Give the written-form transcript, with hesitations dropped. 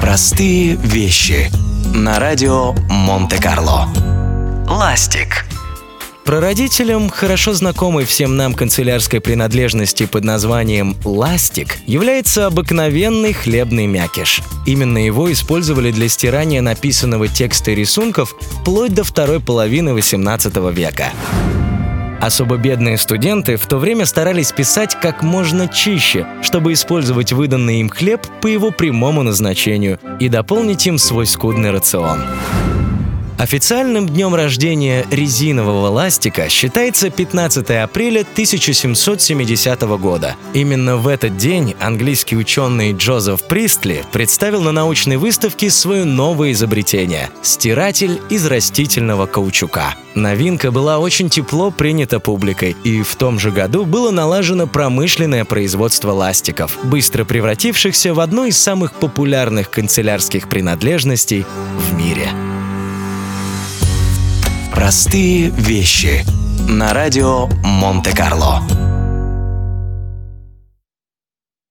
Простые вещи. На радио Монте-Карло. Ластик. Прародителем хорошо знакомой всем нам канцелярской принадлежности под названием ластик является обыкновенный хлебный мякиш. Именно его использовали для стирания написанного текста и рисунков вплоть до второй половины XVIII века. Особо бедные студенты в то время старались писать как можно чище, чтобы использовать выданный им хлеб по его прямому назначению и дополнить им свой скудный рацион. Официальным днем рождения резинового ластика считается 15 апреля 1770 года. Именно в этот день английский ученый Джозеф Пристли представил на научной выставке свое новое изобретение – стиратель из растительного каучука. Новинка была очень тепло принята публикой, и в том же году было налажено промышленное производство ластиков, быстро превратившихся в одну из самых популярных канцелярских принадлежностей в мире. Простые вещи. На радио Монте-Карло.